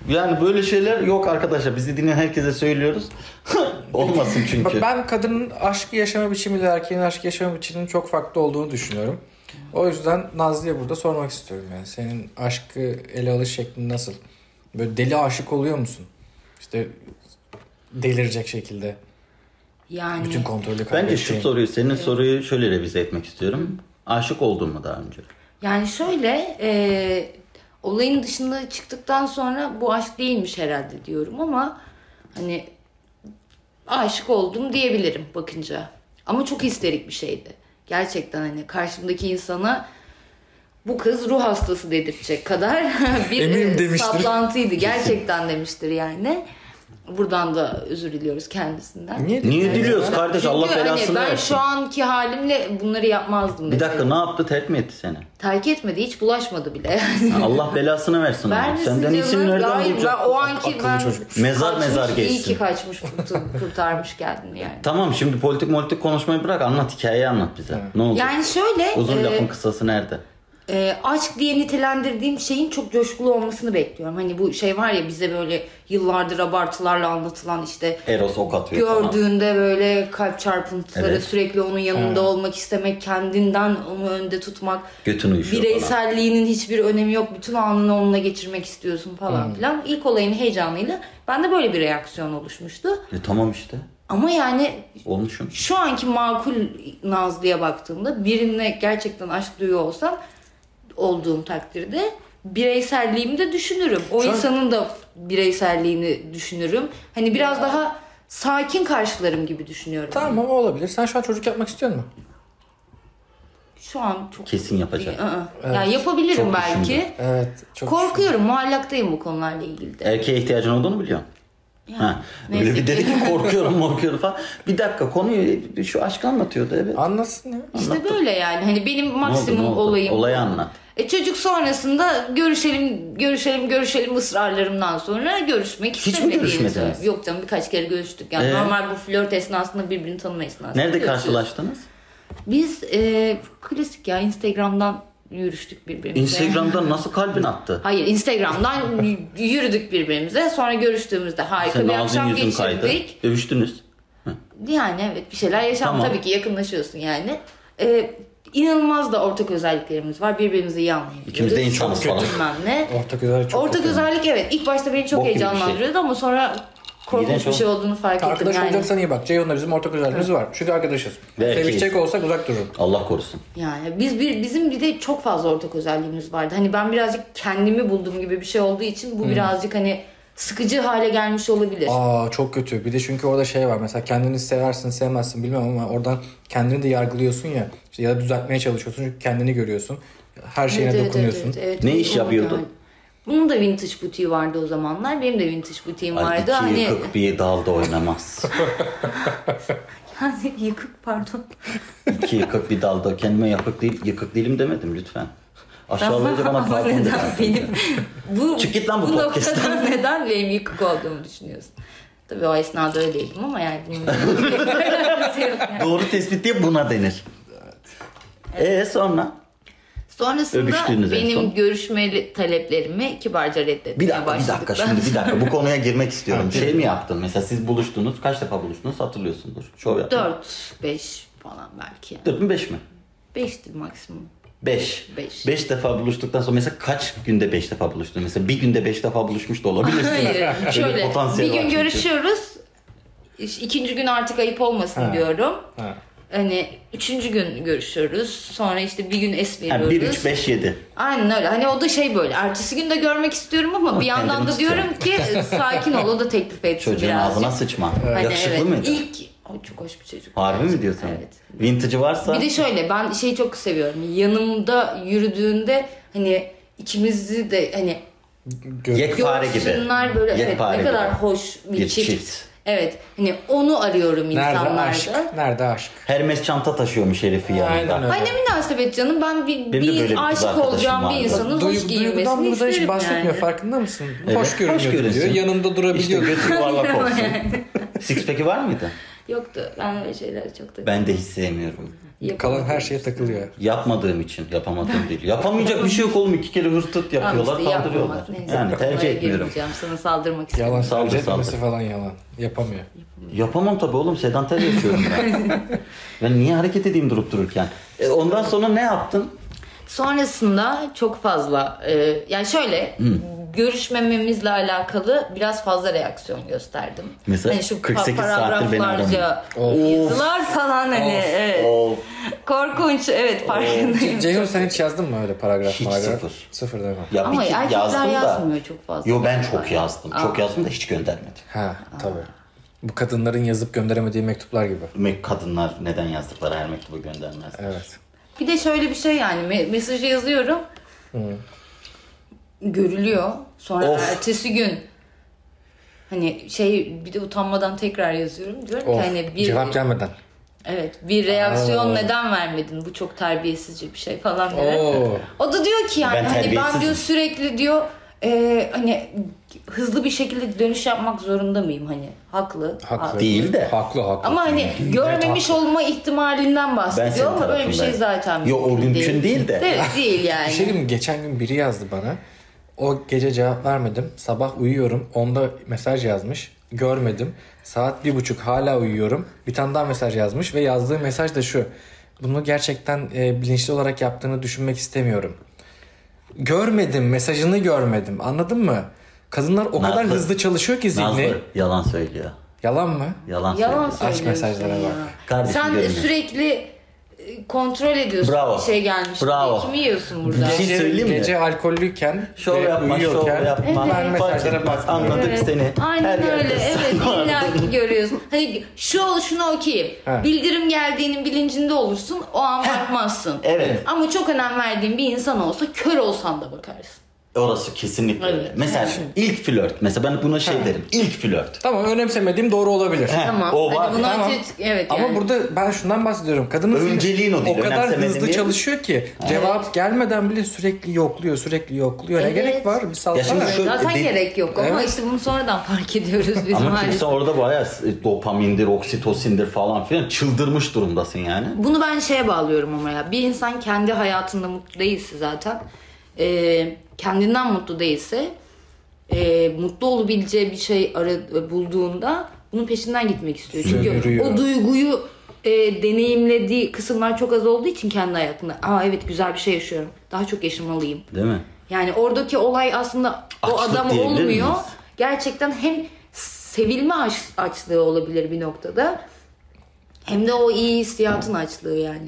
Yani böyle şeyler yok arkadaşlar. Bizi dinleyen herkese söylüyoruz. Olmasın çünkü. Ben kadının aşkı yaşama biçimiyle erkeğin aşkı yaşama biçiminin çok farklı olduğunu düşünüyorum. O yüzden Nazlı'ya burada sormak istiyorum yani. Senin aşkı ele alış şeklin nasıl? Böyle deli aşık oluyor musun? İşte delirecek şekilde. Yani Bütün kontrolü Bence kaybedeceğin. şu soruyu, senin soruyu şöyle revize etmek istiyorum. Aşık oldun mu daha önce? Yani şöyle olayın dışında çıktıktan sonra bu aşk değilmiş herhalde diyorum ama hani aşık oldum diyebilirim bakınca. Ama çok histerik bir şeydi. Gerçekten hani karşımdaki insana bu kız ruh hastası dedirtecek kadar bir Eminim demiştir. saplantıydı. Gerçekten demiştir yani. Buradan da özür diliyoruz kendisinden. Niye Diliyoruz ya? kardeş, Çünkü Allah hani belasını ben versin. şu anki halimle bunları yapmazdım. Bir dakika, mesela. ne yaptı, terk mi etti seni? Terk etmedi, hiç bulaşmadı bile. Allah belasını versin onu. Vermesin Senden canım. iyisini nereden Hayır, bulacak? ben o anki Akıllı ben çocuk. Mezar mezar İyi geçsin. ki kaçmış, kurtarmış kendini yani. Tamam, şimdi politik konuşmayı bırak, anlat, hikayeyi anlat bize. Ne oldu? Yani şöyle Uzun lafın kısası nerede? aşk diye nitelendirdiğim şeyin çok coşkulu olmasını bekliyorum. Hani bu şey var ya, bize böyle yıllardır abartılarla anlatılan işte Eros ok atıyor falan. gördüğünde böyle kalp çarpıntıları, Evet. sürekli onun yanında olmak istemek, kendinden onu önde tutmak, Götün uyuşuyor falan. bireyselliğinin hiçbir önemi yok, bütün anını onunla geçirmek istiyorsun falan filan. İlk olayın heyecanıyla bende böyle bir reaksiyon oluşmuştu. Tamam işte. Ama yani Olmuşum. şu anki makul Nazlı'ya baktığımda birine gerçekten aşk duyuyor olsam, olduğum takdirde bireyselliğimi de düşünürüm. O insanın da bireyselliğini düşünürüm. Hani biraz daha sakin karşılarım gibi düşünüyorum. Tamam ama olabilir. Sen şu an çocuk yapmak istiyor musun? Şu an çok... Kesin yapacak. Yani yapabilirim Çok belki. düşündüm. Evet. Çok Korkuyorum, muallaktayım bu konularla ilgili de. Erkeğe ihtiyacın olduğunu biliyorsun. Ha. neyse Öyle bir ki. dedi ki korkuyorum falan. Bir dakika, konuyu şu aşkı anlatıyordu, evet. Anlasın ya. İşte böyle yani. Hani benim Ne oldu, maksimum ne oldu? olayım. Olayı anlat. Çocuk sonrasında görüşelim ısrarlarımdan sonra görüşmek Hiç mi istemediğinizi. görüşmediniz? Yok canım, birkaç kere görüştük. Yani normal bu flört esnasında, birbirini tanıma esnasında. Nerede görüşüyoruz. karşılaştınız? Biz klasik ya, Instagram'dan yürüştük birbirimize. Instagram'dan nasıl kalbin attı? Hayır, Instagram'dan yürüdük birbirimize. Sonra görüştüğümüzde harika Senin bir ağzın akşam yüzün kaydı. geçirdik. Övüştünüz. Yani evet, bir şeyler yaşandı. Tamam. Tabii ki yakınlaşıyorsun yani. İnanılmaz da ortak özelliklerimiz var. Birbirimizi iyi anlayabiliyoruz. İkimiz de insanız falan. Bilmem ne. Ortak özellik çok Ortak kötü. özellik, evet. İlk başta beni çok Bok gibi bir şey. heyecanlandırıyordu ama sonra korkunç İğrenç bir şey olduğunu fark ettim Arkadaş yani. olacaksan iyi bak. Ceyhun'la bizim ortak özelliğimiz var. Çünkü arkadaşız. Ve erkeğiz. Sevişecek olsak uzak dururum. Allah korusun. Yani bizim bir de çok fazla ortak özelliğimiz vardı. Hani ben birazcık kendimi bulduğum gibi bir şey olduğu için bu birazcık hani sıkıcı hale gelmiş olabilir. Aa çok kötü. Bir de çünkü orada şey var. Mesela kendini seversin sevmezsin bilmem ama oradan kendini de yargılıyorsun ya. İşte ya da düzeltmeye çalışıyorsun çünkü kendini görüyorsun. Her şeyine dokunuyorsun. Ne iş yapıyordu? Bunun da vintage butiği vardı o zamanlar. Benim de vintage butiğim Ay, vardı. iki Hani yıkık bir dalda oynamaz. yani yıkık, pardon. İki yıkık bir dalda. Kendime yıkık değilim demedim lütfen. Aşağılayınca bana Ama pardon neden dedim. benim Çık git lan bu noktada podcast'ten. neden benim yıkık olduğumu düşünüyorsun? Tabii o esnada öyleydim ama yani bunun Doğru tespit diye buna denir. Sonra? Sonrasında Öpüştünüz en benim son. görüşmeli taleplerimi kibarca reddetmeye Bir dakika başladıktan bir dakika bu konuya girmek istiyorum. Şey mi yaptın? Mesela siz buluştunuz. Kaç defa buluştunuz hatırlıyorsundur. Şov yaptın. 4-5 falan belki. 4 mü 5 mi? 5'ti maksimum. 5. Beş. 5 defa buluştuktan sonra mesela kaç günde 5 defa buluştun? Mesela bir günde 5 defa buluşmuş da olabilirsin. Hayır. Öyle Şöyle potansiyel bir var gün çünkü. görüşüyoruz. İkinci gün artık ayıp olmasın diyorum. Ha. Hani üçüncü gün görüşüyoruz. Sonra işte bir gün es Ha, veriyoruz. 1, 3, 5, 7. Aynen öyle. Hani o da şey böyle. Ertesi gün de görmek istiyorum ama bir yandan kendimi da diyorum ki sakin ol, o da teklif etsin Çocuğun birazcık. ağzına sıçma. Hani Yakışıklı evet, mıydı? o çok hoş bir çocuk. Harbi mi diyorsun? Evet. Vintage'ı varsa Bir de şöyle, ben şeyi çok seviyorum. Yanımda yürüdüğünde hani ikimizi de hani yekpare gibi. görsünler böyle, evet, Yekpare ne kadar gibi. hoş bir Bir çift. çift. Evet, hani onu arıyorum Nerede insanlarda. aşk? Nerede aşk? Hermes çanta taşıyormuş herifi yanında. Aynen öyle. Ay ne münasebet canım, ben de böyle bir kız aşık arkadaşım olacağım bir vardı. insanın hoş Duygudan giyinmesini burada hiç isterim bahsetmiyor, yani. farkında mısın? Evet, Hoş görünüyordu görünsün. diyor. Yanımda İşte durabiliyor. götü yuvarlak olsun. Six pack'i var mıydı? Yoktu, ben öyle şeyleri çok da... Ben de hiç sevmiyorum. Kalan her şeye takılıyor. Yapmadığım için, yapamadığım değil. Yapamayacak bir şey yok oğlum. 2 kere hırtıt yapıyorlar, işte kaldırıyorlar. yapmamak, neyse. Yani tercih Oraya etmiyorum. girmeyeceğim, sana saldırmak istiyorum. Yalan Saldır, tercih etmesi saldır. falan yalan. Yapamıyor. Yapamam tabii oğlum. Sedanter yaşıyorum ben. Ben niye hareket edeyim durup dururken? Ondan sonra ne yaptın? Sonrasında çok fazla yani şöyle görüşmememizle alakalı biraz fazla reaksiyon gösterdim. Mesela hani şu 48 saattir beni paragraflarca aramıyor. yazılar falan hani Of, evet. Of. Korkunç evet farkındayım. Ceyhun sen hiç yazdın mı öyle paragraf? Hiç sıfır. Sıfır değil mi? Ya Ama bir kere erkekler yazdım da. yazmıyor çok fazla. Yo ben çok yazdım. Çok yazdım da hiç göndermedim. Ha tabii. Bu kadınların yazıp gönderemediği mektuplar gibi. Kadınlar neden yazdıkları her mektubu göndermez. Evet. Bir de şöyle bir şey yani mesajı yazıyorum. Görülüyor. Sonra Of. ertesi gün hani bir de utanmadan tekrar yazıyorum. Diyorum ki Of, hani bir cevap gelmeden. evet bir reaksiyon neden vermedin? Bu çok terbiyesizce bir şey falan diyor. Oo. O da diyor ki yani Ben hani ben terbiyesizim. diyor sürekli diyor hani hızlı bir şekilde dönüş yapmak zorunda mıyım hani? Haklı. Haklı. Değil de. Haklı. Ama hani görmemiş olma ihtimalinden bahsediyor senin ama böyle bir şey tarafındayım. zaten Yo, o mümkün değil de. Evet değil yani. Bir şey diyeyim mi? Geçen gün biri yazdı bana. O gece cevap vermedim. Sabah uyuyorum. Onda mesaj yazmış. Görmedim. Saat 1:30 hala uyuyorum. Bir tane daha mesaj yazmış ve yazdığı mesaj da şu. Bunu gerçekten bilinçli olarak yaptığını düşünmek istemiyorum. Görmedim. Mesajını görmedim. Anladın mı? Kadınlar o kadar Nazlı. hızlı çalışıyor ki zihni. Nazlı yalan söylüyor. Yalan mı? Yalan Yalan söylüyor. Aç söylüyorsun mesajlara ya. bak. Kardeşim Sen görmüyor. sürekli kontrol ediyorsun. Bravo. Bir şey gelmiş. Bravo. Kimi yiyorsun burada? Bir şey söyleyeyim mi? Gece alkollüyken Şov ve yapma, şov uyuyorken yapma. ben Evet. mesajlara Fark etmez, baktım. anladık Evet. seni. Aynen Her yerde öyle. sen Evet vardın. illa ki görüyorsun. Hani şuna okuyayım. He. Bildirim geldiğinin bilincinde olursun. O an bakmazsın. Evet. Ama çok önem verdiğin bir insan olsa kör olsan da bakarsın. Orası kesinlikle öyle. Evet. Mesela ilk flört. Mesela ben buna şey derim. İlk flört. Tamam önemsemediğim doğru olabilir. Heh, Tamam. o var. Hadi bunu Tamam. evet Ama yani. burada ben şundan bahsediyorum. Kadının zihni Önceliğin o değil, kadar önemsemediğin hızlı değil. çalışıyor ki cevap gelmeden bile sürekli yokluyor. Ne Evet. gerek var? Bir Ya salsana. şimdi şu- Zaten gerek yok ama Evet. işte bunu sonradan fark ediyoruz biz Ama maalesef. kimse orada bayağı dopamindir, oksitosindir falan filan çıldırmış durumdasın yani. Bunu ben şeye bağlıyorum ama ya. Bir insan kendi hayatında mutlu değilse zaten kendinden mutlu değilse mutlu olabileceği bir şey bulduğunda bunun peşinden gitmek istiyor. Çünkü Sömürüyor. o duyguyu deneyimlediği kısımlar çok az olduğu için kendi hayatında evet güzel bir şey yaşıyorum. Daha çok yaşamalıyım. Değil mi? Yani oradaki olay aslında o Açlık adam diyebilir olmuyor. miyiz? Gerçekten hem sevilme açlığı olabilir bir noktada hem de o iyi hissiyatın açlığı yani.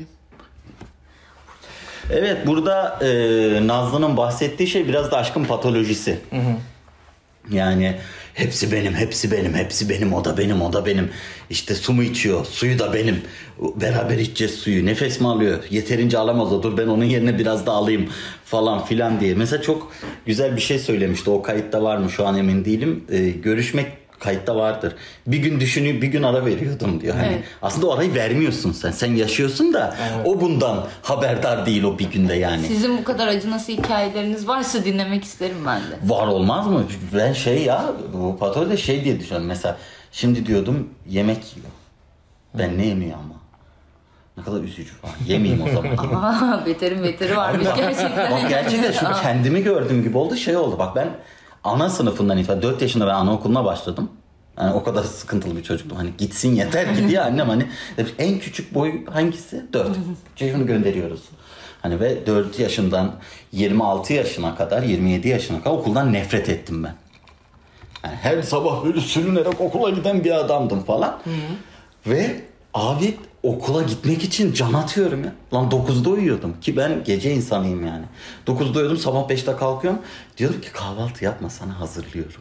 Evet, burada Nazlı'nın bahsettiği şey biraz da aşkın patolojisi. Yani hepsi benim, hepsi benim, hepsi benim, o da benim, o da benim. İşte su mu içiyor, suyu da benim. Beraber içeceğiz suyu. Nefes mi alıyor? Yeterince alamaz o. Dur ben onun yerine biraz da alayım falan filan diye. Mesela çok güzel bir şey söylemişti. O kayıtta var mı şu an emin değilim. Görüşmek kayıtta vardır. Bir gün düşünüp bir gün ara veriyordum diyor. Hani Evet. aslında o arayı vermiyorsun sen. Sen yaşıyorsun da o bundan haberdar değil o bir günde yani. Sizin bu kadar acı nasıl hikayeleriniz varsa dinlemek isterim ben de. Var olmaz mı? Ben bu patolojide şey diye düşünüyorum. Mesela şimdi diyordum yemek yiyor. Ben ne yemiyor ama? Ne kadar üzücü falan. Yemeyeyim o zaman. Beterin beteri varmış gerçekten. Bak gerçekten şu kendimi gördüğüm gibi oldu. Şey oldu bak ben ana sınıfından itibaren 4 yaşında ben anaokuluna başladım. Yani o kadar sıkıntılı bir çocuktum. Hani gitsin yeter ki diye annem hani en küçük boy hangisi? 4. Ceyhun'u gönderiyoruz. Hani ve 4 yaşından 26 yaşına kadar 27 yaşına kadar okuldan nefret ettim ben. Yani her sabah böyle sürünerek okula giden bir adamdım falan. Ve abi okula gitmek için can atıyorum ya. Lan 9'da uyuyordum ki ben gece insanıyım yani. 9'da uyuyordum, sabah 5'te kalkıyorum. Diyorum ki kahvaltı yapma, sana hazırlıyorum.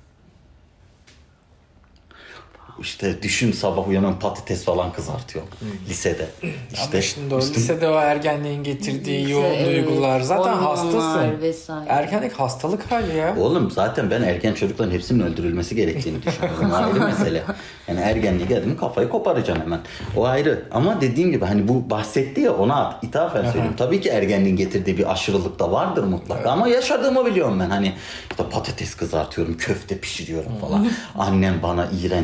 İşte düşün sabah uyanıyorum patates falan kızartıyorum lisede. Ama şimdi o lisede o ergenliğin getirdiği yoğun duygular zaten hormonlar hastasın. vesaire. Ergenlik hastalık hali ya. Oğlum zaten ben ergen çocukların hepsinin öldürülmesi gerektiğini düşünüyorum. Ayrı mesele. Yani ergenliğe geldi mi kafayı koparacaksın hemen. O ayrı. Ama dediğim gibi hani bu bahsetti ya ona ithafen söyleyeyim. Tabii ki ergenliğin getirdiği bir aşırılık da vardır mutlaka. Evet. Ama yaşadığımı biliyorum ben. Hani işte patates kızartıyorum, köfte pişiriyorum falan. Annem bana iğrenç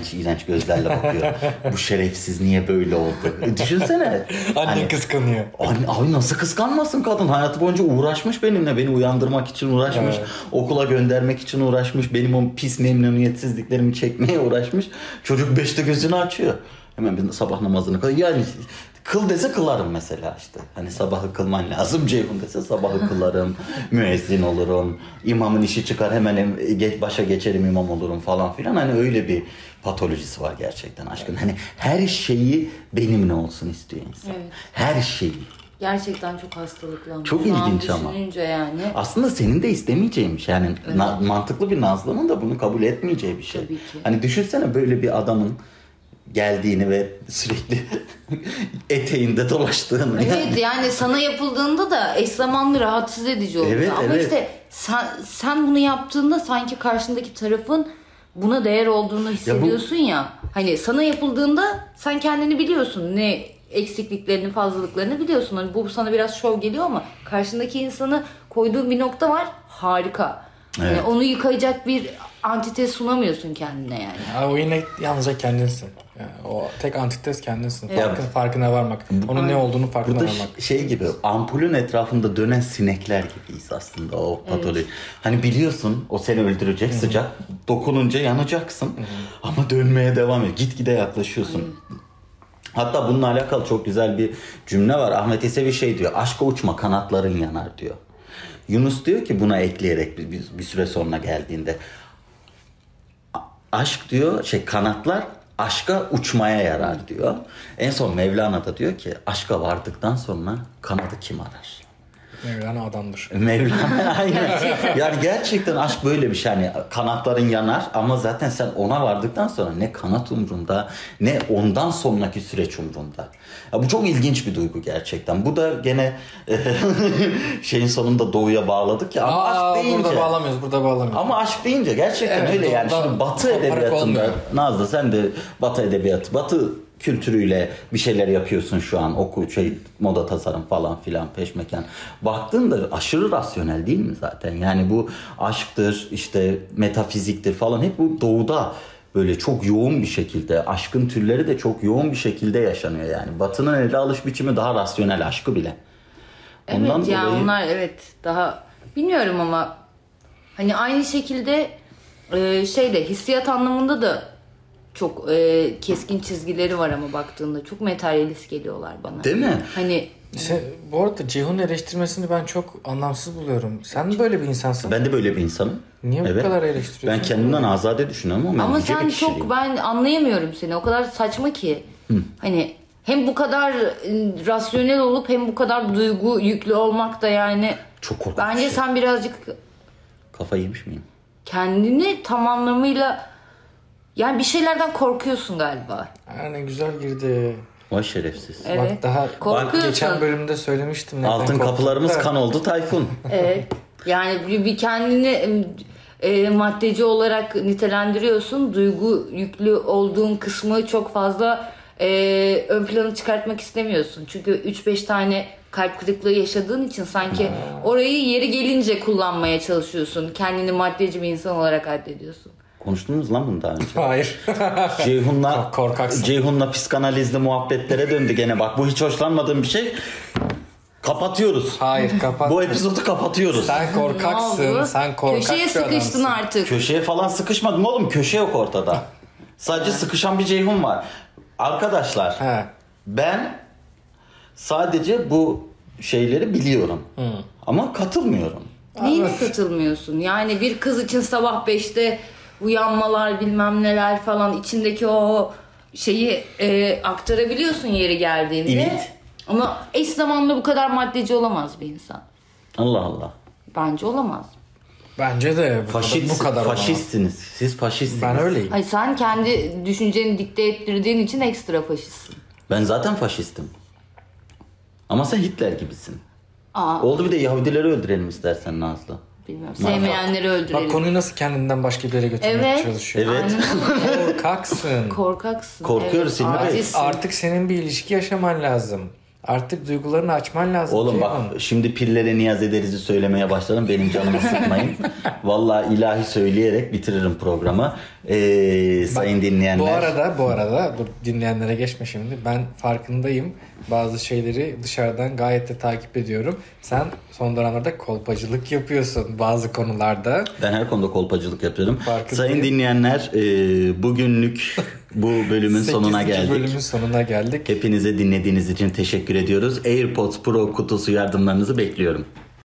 gözlerle bakıyor. Bu şerefsiz niye böyle oldu? Düşünsene. Annen kıskanıyor. Abi nasıl kıskanmasın kadın? Hayatı boyunca uğraşmış benimle. Beni uyandırmak için uğraşmış. Evet. Okula göndermek için uğraşmış. Benim o pis memnuniyetsizliklerimi çekmeye uğraşmış. Çocuk 5'te gözünü açıyor. Hemen bir sabah namazını kılıyor. Yani kıl dese kılarım mesela işte. Hani sabahı kılman lazım. Ceyhun dese sabahı kılarım. Müezzin olurum. İmamın işi çıkar hemen başa geçerim, imam olurum falan filan. Hani öyle bir patolojisi var gerçekten aşkın. Hani her şeyi benimle olsun istiyor insan. Evet. Her şeyi. Gerçekten çok hastalıklı. Çok Şu an ilginç ama. düşününce yani. Aslında senin de istemeyeceğin yani mantıklı bir Nazlı'nın da bunu kabul etmeyeceği bir şey. Tabii ki. Hani düşünsene böyle bir adamın geldiğini ve sürekli eteğinde dolaştığını. Evet yani sana yapıldığında da eş zamanlı rahatsız edici oluyor. Evet, Ama evet. işte sen bunu yaptığında sanki karşındaki tarafın buna değer olduğunu hissediyorsun ya. Hani sana yapıldığında sen kendini biliyorsun. Ne eksikliklerini, fazlalıklarını biliyorsun. Hani bu sana biraz şov geliyor ama karşındaki insanı koyduğun bir nokta var. Harika. Evet. Yani onu yıkayacak bir antites sunamıyorsun kendine yani. Ya, o yine yalnızca kendinsin. Yani o tek antites kendinsin. Evet. Farkına varmak. Onun ne olduğunu farkına Burada varmak. şey gibi ampulün etrafında dönen sinekler gibiyiz aslında o patoloji. Hani biliyorsun o seni öldürecek sıcak. Dokununca yanacaksın. Ama dönmeye devam ediyor. Gitgide yaklaşıyorsun. Hatta bununla alakalı çok güzel bir cümle var. Ahmet Yesevi şey diyor. Aşka uçma kanatların yanar diyor. Yunus diyor ki buna ekleyerek bir süre sonra geldiğinde. Aşk diyor kanatlar aşka uçmaya yarar diyor. En son Mevlana da diyor ki aşka vardıktan sonra kanadı kim arar? Mevlana adamdır. Mevlana aynen. Yani gerçekten aşk böyle bir şey. Yani kanatların yanar ama zaten sen ona vardıktan sonra ne kanat umrunda ne ondan sonraki süreç umrunda. Ya bu çok ilginç bir duygu gerçekten. Bu da gene şeyin sonunda doğuya bağladık ya. Ama aşk deyince. Burada bağlamıyoruz. Ama aşk deyince gerçekten Evet, öyle yani. doğru. Şimdi Batı Koparak edebiyatında olmuyor. Nazlı sen de Batı edebiyatı, Batı kültürüyle bir şeyler yapıyorsun şu an. Moda tasarım falan filan peşmeken. Baktığında aşırı rasyonel değil mi zaten? Yani bu aşktır, işte metafiziktir falan hep bu doğuda böyle çok yoğun bir şekilde, aşkın türleri de çok yoğun bir şekilde yaşanıyor yani. Batı'nın ele alış biçimi daha rasyonel aşkı bile. Evet ya onlar evet daha bilmiyorum ama hani aynı şekilde hissiyat anlamında da çok keskin çizgileri var ama baktığında çok materyalist geliyorlar bana. Değil mi? Hani Bu arada Ceyhun'un eleştirmesini ben çok anlamsız buluyorum. Sen de böyle bir insansın. Ben de böyle bir insanım. Niye bu kadar eleştiriyorsun? Ben kendimden azade düşünüyorum ama ama yüce bir sen kişiliğim. çok ben anlayamıyorum seni. O kadar saçma ki. Hani hem bu kadar rasyonel olup hem bu kadar duygu yüklü olmak da yani Çok korkunç. bence bir şey. sen birazcık Kafayı yemiş miyim? kendini tam anlamıyla yani bir şeylerden korkuyorsun galiba. Ne güzel girdi. Vay şerefsiz. Evet. Bak daha Korkuyorsun. geçen bölümde söylemiştim. neden Altın korktuk kapılarımız da. kan oldu Tayfun. Evet. Yani bir kendini maddeci olarak nitelendiriyorsun. Duygu yüklü olduğun kısmı çok fazla ön plana çıkartmak istemiyorsun. Çünkü 3-5 tane kalp kırıklığı yaşadığın için sanki orayı yeri gelince kullanmaya çalışıyorsun. Kendini maddeci bir insan olarak addediyorsun. Konuştunuz lan bunu daha önce. Hayır. Korkaksın. Ceyhun'la psikanalizli muhabbetlere döndü gene. Bak bu hiç hoşlanmadığım bir şey. Kapatıyoruz. Hayır kapat. Bu epizodu kapatıyoruz. Sen Ne korkaksın. oldu? Sen korkak Köşeye bir sıkıştın adamsın. artık. Köşeye falan sıkışmadım oğlum. Köşe yok ortada. Sadece sıkışan bir Ceyhun var. Arkadaşlar He. ben sadece bu şeyleri biliyorum. Ama katılmıyorum. Neyine katılmıyorsun? Yani bir kız için sabah 5'te uyanmalar bilmem neler falan içindeki o şeyi aktarabiliyorsun yeri geldiğinde. Evet. Ama eş zamanlı bu kadar maddeci olamaz bir insan. Allah Allah. Bence olamaz. Bence de bu kadar olamaz. Faşistsiniz. Siz faşistsiniz. Ben öyleyim. Hayır sen kendi düşünceni dikte ettirdiğin için ekstra faşistsin. Ben zaten faşistim. Ama sen Hitler gibisin. Aa, Oldu bir de Yahudileri öldürelim istersen Nazlı. bilmiyorum. Sevmeyenleri öldürelim. Bak konuyu nasıl kendinden başka bir yere götürmeye Evet. çalışıyor. Evet. Aynen öyle. Korkaksın. Korkaksın. Korkuyoruz Hilmi Bey. acizsin. Artık senin bir ilişki yaşaman lazım. Artık duygularını açman lazım. Oğlum bak Ceyhun. şimdi pillere niyaz ederizi söylemeye başladım. Benim canımı sıkmayın. Vallahi ilahi söyleyerek bitiririm programı. Sayın dinleyenler. Bu arada dur, dinleyenlere geçme şimdi. Ben farkındayım. Bazı şeyleri dışarıdan gayet de takip ediyorum. Sen son dönemlerde kolpacılık yapıyorsun bazı konularda. Ben her konuda kolpacılık yapıyorum. Farkındayım. Sayın dinleyenler bugünlük bu bölümün sonuna 8. geldik. bölümün sonuna geldik. Hepinize dinlediğiniz için teşekkür ediyoruz. AirPods Pro kutusu yardımlarınızı bekliyorum.